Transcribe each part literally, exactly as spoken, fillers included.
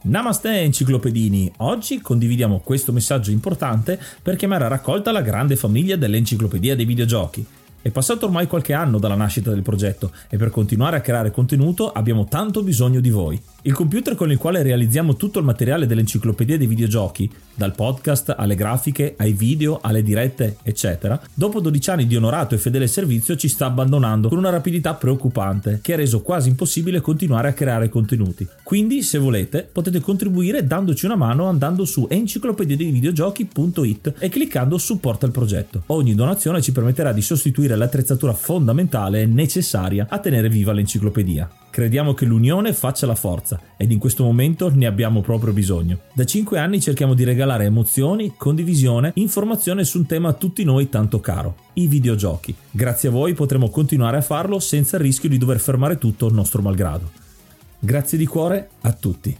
Namaste enciclopedini, oggi condividiamo questo messaggio importante per chiamare a raccolta la grande famiglia dell'enciclopedia dei videogiochi. È passato ormai qualche anno dalla nascita del progetto e per continuare a creare contenuto abbiamo tanto bisogno di voi. Il computer con il quale realizziamo tutto il materiale dell'enciclopedia dei videogiochi, dal podcast alle grafiche, ai video, alle dirette, eccetera, dopo dodici anni di onorato e fedele servizio ci sta abbandonando con una rapidità preoccupante che ha reso quasi impossibile continuare a creare contenuti. Quindi, se volete, potete contribuire dandoci una mano andando su enciclopedia dei videogiochi punto it e cliccando supporta il progetto. Ogni donazione ci permetterà di sostituire l'attrezzatura fondamentale e necessaria a tenere viva l'enciclopedia. Crediamo che l'unione faccia la forza ed in questo momento ne abbiamo proprio bisogno. Da cinque anni cerchiamo di regalare emozioni, condivisione, informazione su un tema a tutti noi tanto caro, i videogiochi. Grazie a voi potremo continuare a farlo senza il rischio di dover fermare tutto nostro malgrado. Grazie di cuore a tutti.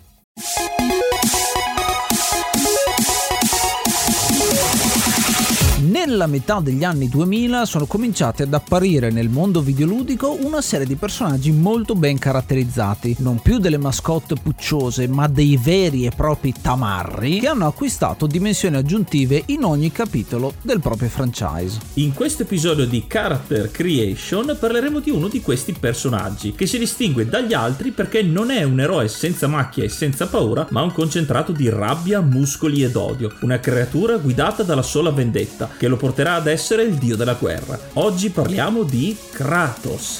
Nella metà degli anni duemila sono cominciati ad apparire nel mondo videoludico una serie di personaggi molto ben caratterizzati, non più delle mascotte pucciose ma dei veri e propri tamarri che hanno acquistato dimensioni aggiuntive in ogni capitolo del proprio franchise. In questo episodio di Character Creation parleremo di uno di questi personaggi che si distingue dagli altri perché non è un eroe senza macchie e senza paura ma un concentrato di rabbia, muscoli ed odio, una creatura guidata dalla sola vendetta che lo porterà ad essere il dio della guerra. Oggi parliamo di Kratos.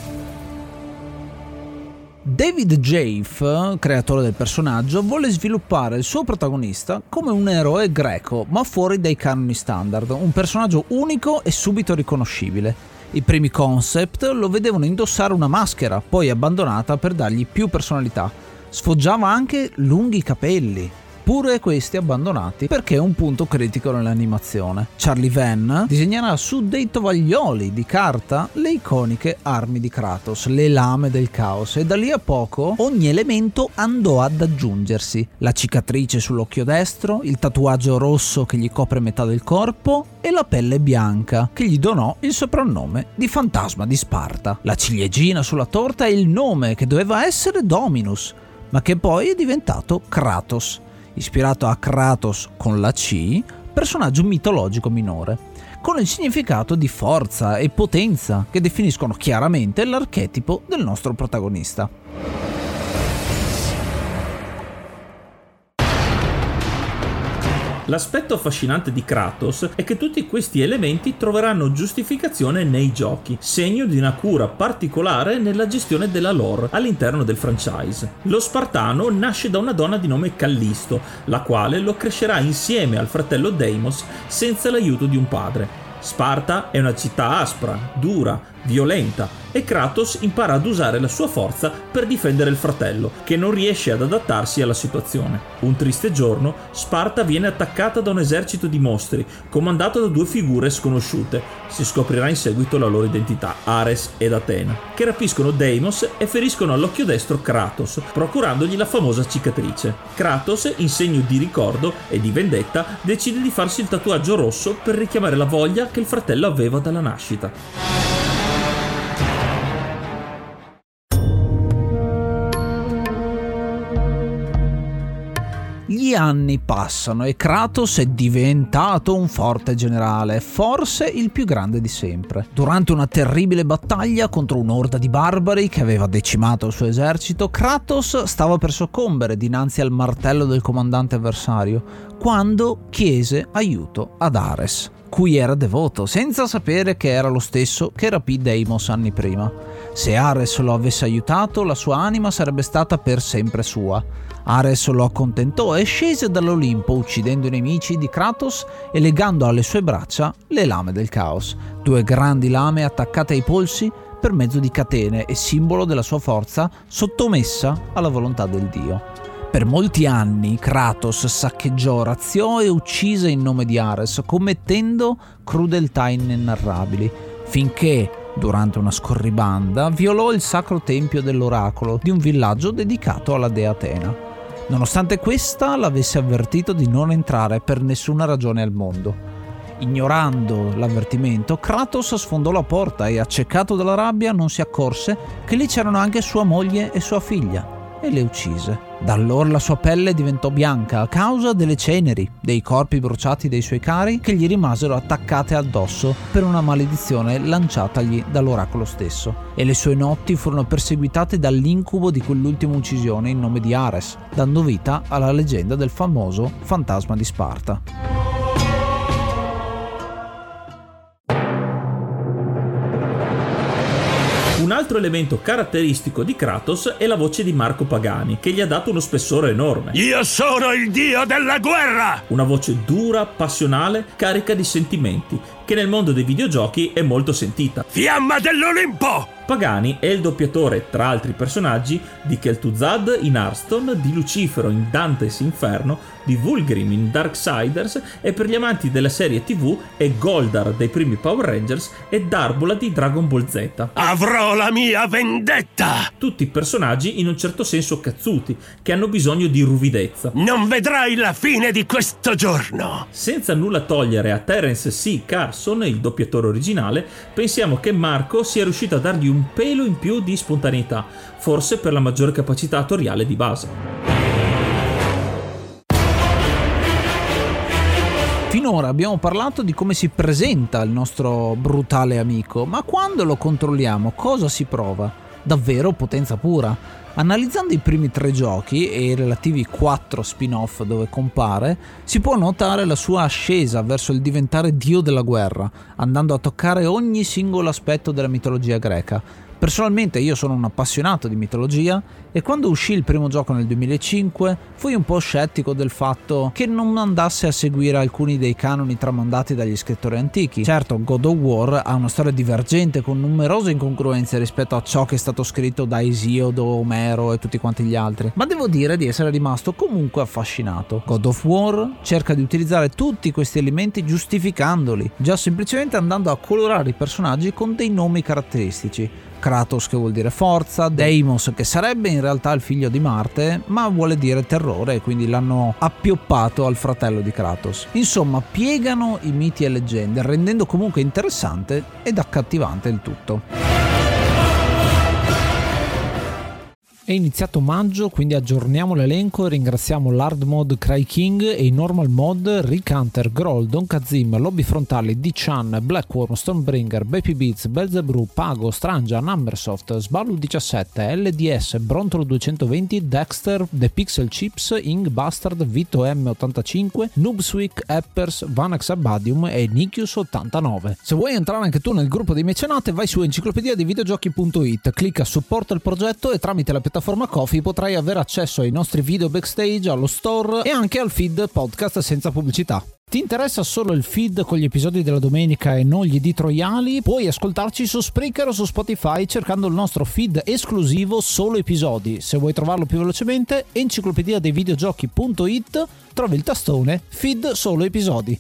David Jaffe, creatore del personaggio, volle sviluppare il suo protagonista come un eroe greco, ma fuori dai canoni standard, un personaggio unico e subito riconoscibile. I primi concept lo vedevano indossare una maschera, poi abbandonata per dargli più personalità. Sfoggiava anche lunghi capelli, pure questi abbandonati perché è un punto critico nell'animazione. Charlie Venn disegnerà su dei tovaglioli di carta le iconiche armi di Kratos, le lame del caos, e da lì a poco ogni elemento andò ad aggiungersi: la cicatrice sull'occhio destro, il tatuaggio rosso che gli copre metà del corpo e la pelle bianca che gli donò il soprannome di Fantasma di Sparta. La ciliegina sulla torta è il nome che doveva essere Dominus, ma che poi è diventato Kratos, ispirato a Kratos con la C, personaggio mitologico minore, con il significato di forza e potenza che definiscono chiaramente l'archetipo del nostro protagonista. L'aspetto affascinante di Kratos è che tutti questi elementi troveranno giustificazione nei giochi, segno di una cura particolare nella gestione della lore all'interno del franchise. Lo Spartano nasce da una donna di nome Callisto, la quale lo crescerà insieme al fratello Deimos senza l'aiuto di un padre. Sparta è una città aspra, dura, violenta e Kratos impara ad usare la sua forza per difendere il fratello, che non riesce ad adattarsi alla situazione. Un triste giorno, Sparta viene attaccata da un esercito di mostri, comandato da due figure sconosciute. Si scoprirà in seguito la loro identità, Ares ed Atena, che rapiscono Deimos e feriscono all'occhio destro Kratos, procurandogli la famosa cicatrice. Kratos, in segno di ricordo e di vendetta, decide di farsi il tatuaggio rosso per richiamare la voglia che il fratello aveva dalla nascita. Gli anni passano e Kratos è diventato un forte generale, forse il più grande di sempre. Durante una terribile battaglia contro un'orda di barbari che aveva decimato il suo esercito, Kratos stava per soccombere dinanzi al martello del comandante avversario, quando chiese aiuto ad Ares, cui era devoto, senza sapere che era lo stesso che rapì Deimos anni prima. Se Ares lo avesse aiutato, la sua anima sarebbe stata per sempre sua. Ares lo accontentò e scese dall'Olimpo, uccidendo i nemici di Kratos e legando alle sue braccia le lame del caos, due grandi lame attaccate ai polsi per mezzo di catene e simbolo della sua forza sottomessa alla volontà del dio. Per molti anni Kratos saccheggiò, razziò e uccise in nome di Ares, commettendo crudeltà inenarrabili, finché, durante una scorribanda, violò il sacro tempio dell'oracolo di un villaggio dedicato alla dea Atena. Nonostante questa l'avesse avvertito di non entrare per nessuna ragione al mondo. Ignorando l'avvertimento, Kratos sfondò la porta e, accecato dalla rabbia, non si accorse che lì c'erano anche sua moglie e sua figlia. e le uccise. Da allora la sua pelle diventò bianca a causa delle ceneri, dei corpi bruciati dei suoi cari che gli rimasero attaccate addosso per una maledizione lanciatagli dall'oracolo stesso. E le sue notti furono perseguitate dall'incubo di quell'ultima uccisione in nome di Ares, dando vita alla leggenda del famoso fantasma di Sparta. Un altro elemento caratteristico di Kratos è la voce di Marco Pagani, che gli ha dato uno spessore enorme. Io sono il dio della guerra! Una voce dura, passionale, carica di sentimenti, che nel mondo dei videogiochi è molto sentita. Fiamma dell'Olimpo! Pagani è il doppiatore, tra altri personaggi, di Kel'Thuzad in Hearthstone, di Lucifero in Dante's Inferno, di Vulgrim in Darksiders e per gli amanti della serie tivù è Goldar dei primi Power Rangers e Darbola di Dragon Ball Z. Avrò la mia vendetta! Tutti personaggi in un certo senso cazzuti, che hanno bisogno di ruvidezza. Non vedrai la fine di questo giorno! Senza nulla togliere a Terence C. Carson, il doppiatore originale, pensiamo che Marco sia riuscito a dargli un un pelo in più di spontaneità, forse per la maggiore capacità attoriale di base. Finora abbiamo parlato di come si presenta il nostro brutale amico, ma quando lo controlliamo cosa si prova? Davvero potenza pura. Analizzando i primi tre giochi e i relativi quattro spin-off dove compare, si può notare la sua ascesa verso il diventare dio della guerra, andando a toccare ogni singolo aspetto della mitologia greca. Personalmente io sono un appassionato di mitologia e quando uscì il primo gioco nel duemilacinque fui un po' scettico del fatto che non andasse a seguire alcuni dei canoni tramandati dagli scrittori antichi. Certo, God of War ha una storia divergente con numerose incongruenze rispetto a ciò che è stato scritto da Esiodo, Omero e tutti quanti gli altri, ma devo dire di essere rimasto comunque affascinato. God of War cerca di utilizzare tutti questi elementi giustificandoli, già semplicemente andando a colorare i personaggi con dei nomi caratteristici. Kratos che vuol dire forza, Deimos che sarebbe in realtà il figlio di Marte ma vuole dire terrore e quindi l'hanno appioppato al fratello di Kratos. Insomma, piegano i miti e leggende rendendo comunque interessante ed accattivante il tutto. È iniziato maggio, quindi aggiorniamo l'elenco e ringraziamo l'hard mod Cry King e i normal mod Rick Hunter, Groll, Don Kazim, Lobby Frontali, D-Chan, Blackworm, Stonebringer, Baby Beats, Belzebrew, Pago, Strangia, Numbersoft, Sballu diciassette, L D S, Brontolo duecentoventi, Dexter, The Pixel Chips, Ing Bastard, Vito M ottantacinque, Noobswick, Eppers, Vanax Abadium e Nikius ottantanove. Se vuoi entrare anche tu nel gruppo dei mecenate, vai su enciclopedia dei videogiochi punto it, clicca supporta il progetto e tramite la piattaforma Ko-fi potrai avere accesso ai nostri video backstage, allo store e anche al feed podcast senza pubblicità. Ti interessa solo il feed con gli episodi della domenica e non gli editoriali? Puoi ascoltarci su Spreaker o su Spotify cercando il nostro feed esclusivo solo episodi. Se vuoi trovarlo più velocemente, enciclopedia dei videogiochi punto it, trovi il tastone feed solo episodi.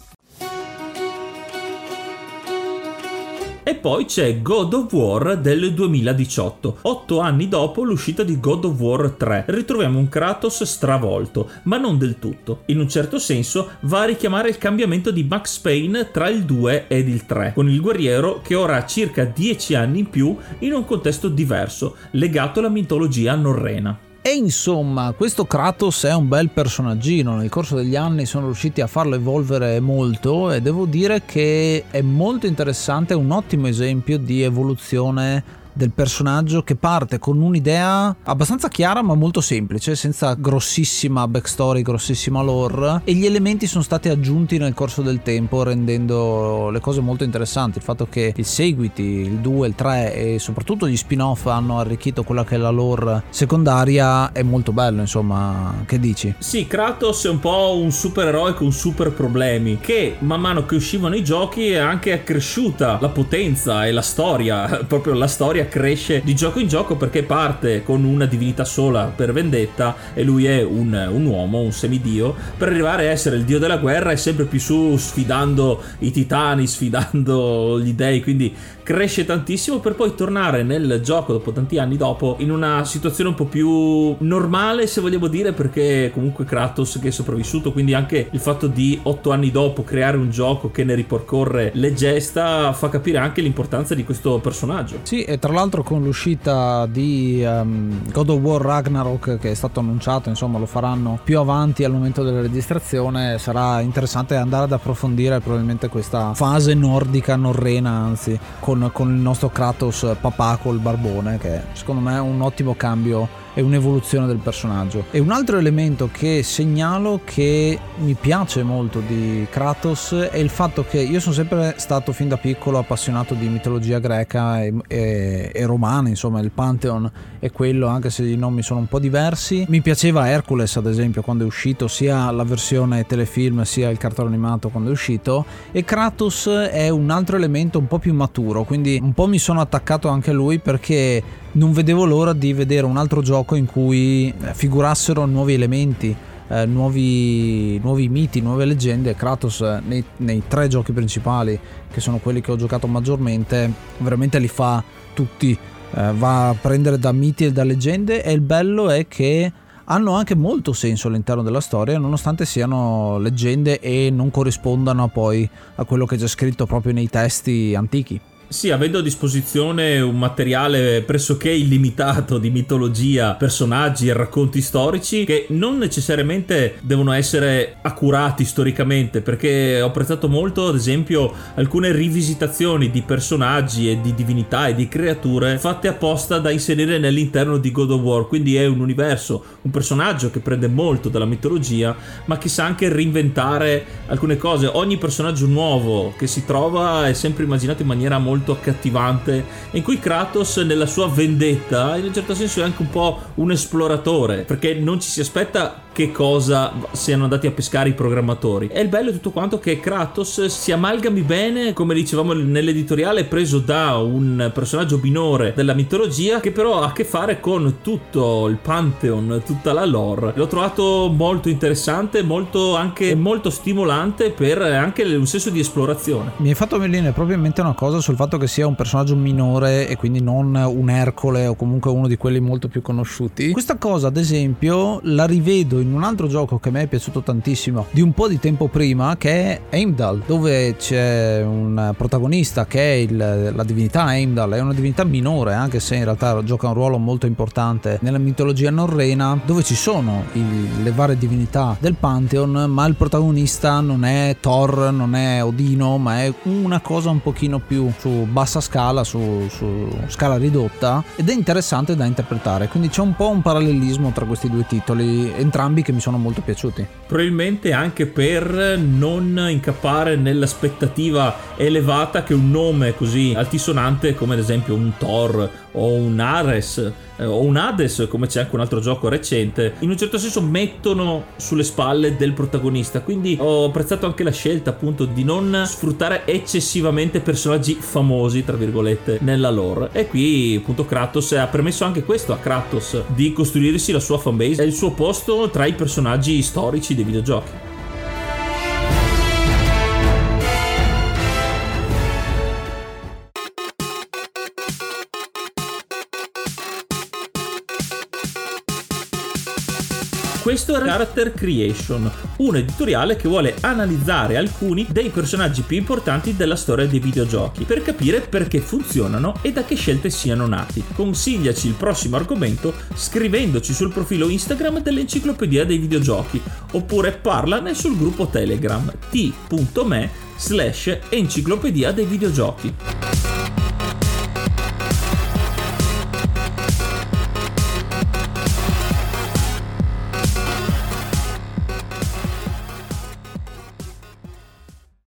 E poi c'è God of War del duemiladiciotto. Otto anni dopo l'uscita di God of War tre, ritroviamo un Kratos stravolto, ma non del tutto. In un certo senso va a richiamare il cambiamento di Max Payne tra il due ed il tre, con il guerriero che ora ha circa dieci anni in più in un contesto diverso, legato alla mitologia norrena. E insomma, questo Kratos è un bel personaggino, nel corso degli anni sono riusciti a farlo evolvere molto e devo dire che è molto interessante, è un ottimo esempio di evoluzione del personaggio che parte con un'idea abbastanza chiara ma molto semplice, senza grossissima backstory, grossissima lore, e gli elementi sono stati aggiunti nel corso del tempo rendendo le cose molto interessanti. Il fatto che il seguiti, il due, il tre e soprattutto gli spin-off hanno arricchito quella che è la lore secondaria è molto bello, insomma, che dici? Sì, Kratos è un po' un supereroe con super problemi che man mano che uscivano i giochi è anche accresciuta la potenza e la storia, proprio la storia cresce di gioco in gioco perché parte con una divinità sola per vendetta e lui è un, un uomo, un semidio, per arrivare a essere il dio della guerra e sempre più su, sfidando i titani, sfidando gli dei, quindi cresce tantissimo per poi tornare nel gioco dopo tanti anni dopo in una situazione un po' più normale, se vogliamo dire, perché comunque Kratos che è sopravvissuto, quindi anche il fatto di otto anni dopo creare un gioco che ne ripercorre le gesta fa capire anche l'importanza di questo personaggio. Sì, e tra l'altro con l'uscita di um, God of War Ragnarok, che è stato annunciato, insomma lo faranno più avanti al momento della registrazione, sarà interessante andare ad approfondire probabilmente questa fase nordica, norrena anzi, con, con il nostro Kratos papà col barbone, che secondo me è un ottimo cambio e un'evoluzione del personaggio. E un altro elemento che segnalo che mi piace molto di Kratos è il fatto che io sono sempre stato fin da piccolo appassionato di mitologia greca e, e, e romana, insomma il Pantheon è quello, anche se i nomi sono un po' diversi. Mi piaceva Hercules ad esempio quando è uscito, sia la versione telefilm sia il cartone animato quando è uscito, e Kratos è un altro elemento un po' più maturo, quindi un po' mi sono attaccato anche a lui perché non vedevo l'ora di vedere un altro gioco in cui figurassero nuovi elementi, eh, nuovi, nuovi miti, nuove leggende. Kratos nei, nei tre giochi principali, che sono quelli che ho giocato maggiormente, veramente li fa tutti, eh, va a prendere da miti e da leggende, e il bello è che hanno anche molto senso all'interno della storia, nonostante siano leggende e non corrispondano poi a quello che c'è scritto proprio nei testi antichi. Sì, avendo a disposizione un materiale pressoché illimitato di mitologia, personaggi e racconti storici che non necessariamente devono essere accurati storicamente, perché ho apprezzato molto ad esempio alcune rivisitazioni di personaggi e di divinità e di creature fatte apposta da inserire nell'interno di God of War, quindi è un universo, un personaggio che prende molto dalla mitologia ma che sa anche reinventare alcune cose. Ogni personaggio nuovo che si trova è sempre immaginato in maniera molto molto accattivante, in cui Kratos nella sua vendetta in un certo senso è anche un po' un esploratore, perché non ci si aspetta che cosa siano andati a pescare i programmatori. E il bello è tutto quanto che Kratos si amalgami bene, come dicevamo nell'editoriale, preso da un personaggio minore della mitologia che però ha a che fare con tutto il Pantheon, tutta la lore. L'ho trovato molto interessante, molto anche molto stimolante per anche un senso di esplorazione. Mi hai fatto venire proprio in mente una cosa sul fatto che sia un personaggio minore e quindi non un Ercole o comunque uno di quelli molto più conosciuti. Questa cosa ad esempio la rivedo in un altro gioco che a me è piaciuto tantissimo di un po' di tempo prima, che è Heimdall, dove c'è un protagonista che è il, la divinità Heimdall. È una divinità minore, anche se in realtà gioca un ruolo molto importante nella mitologia norrena, dove ci sono il, le varie divinità del Pantheon, ma il protagonista non è Thor, non è Odino, ma è una cosa un pochino più su bassa scala, su, su scala ridotta, ed è interessante da interpretare. Quindi c'è un po' un parallelismo tra questi due titoli, entrambi che mi sono molto piaciuti. Probabilmente anche per non incappare nell'aspettativa elevata che un nome così altisonante come ad esempio un Thor o un Ares eh, o un Hades, come c'è anche un altro gioco recente, in un certo senso mettono sulle spalle del protagonista. Quindi ho apprezzato anche la scelta appunto di non sfruttare eccessivamente personaggi famosi tra virgolette nella lore, e qui appunto Kratos ha permesso anche questo a Kratos di costruirsi la sua fanbase e il suo posto tra i personaggi storici dei videogiochi. Questo è Character Creation, un editoriale che vuole analizzare alcuni dei personaggi più importanti della storia dei videogiochi per capire perché funzionano e da che scelte siano nati. Consigliaci il prossimo argomento scrivendoci sul profilo Instagram dell'Enciclopedia dei Videogiochi oppure parlane sul gruppo Telegram t punto me slash Enciclopedia dei Videogiochi.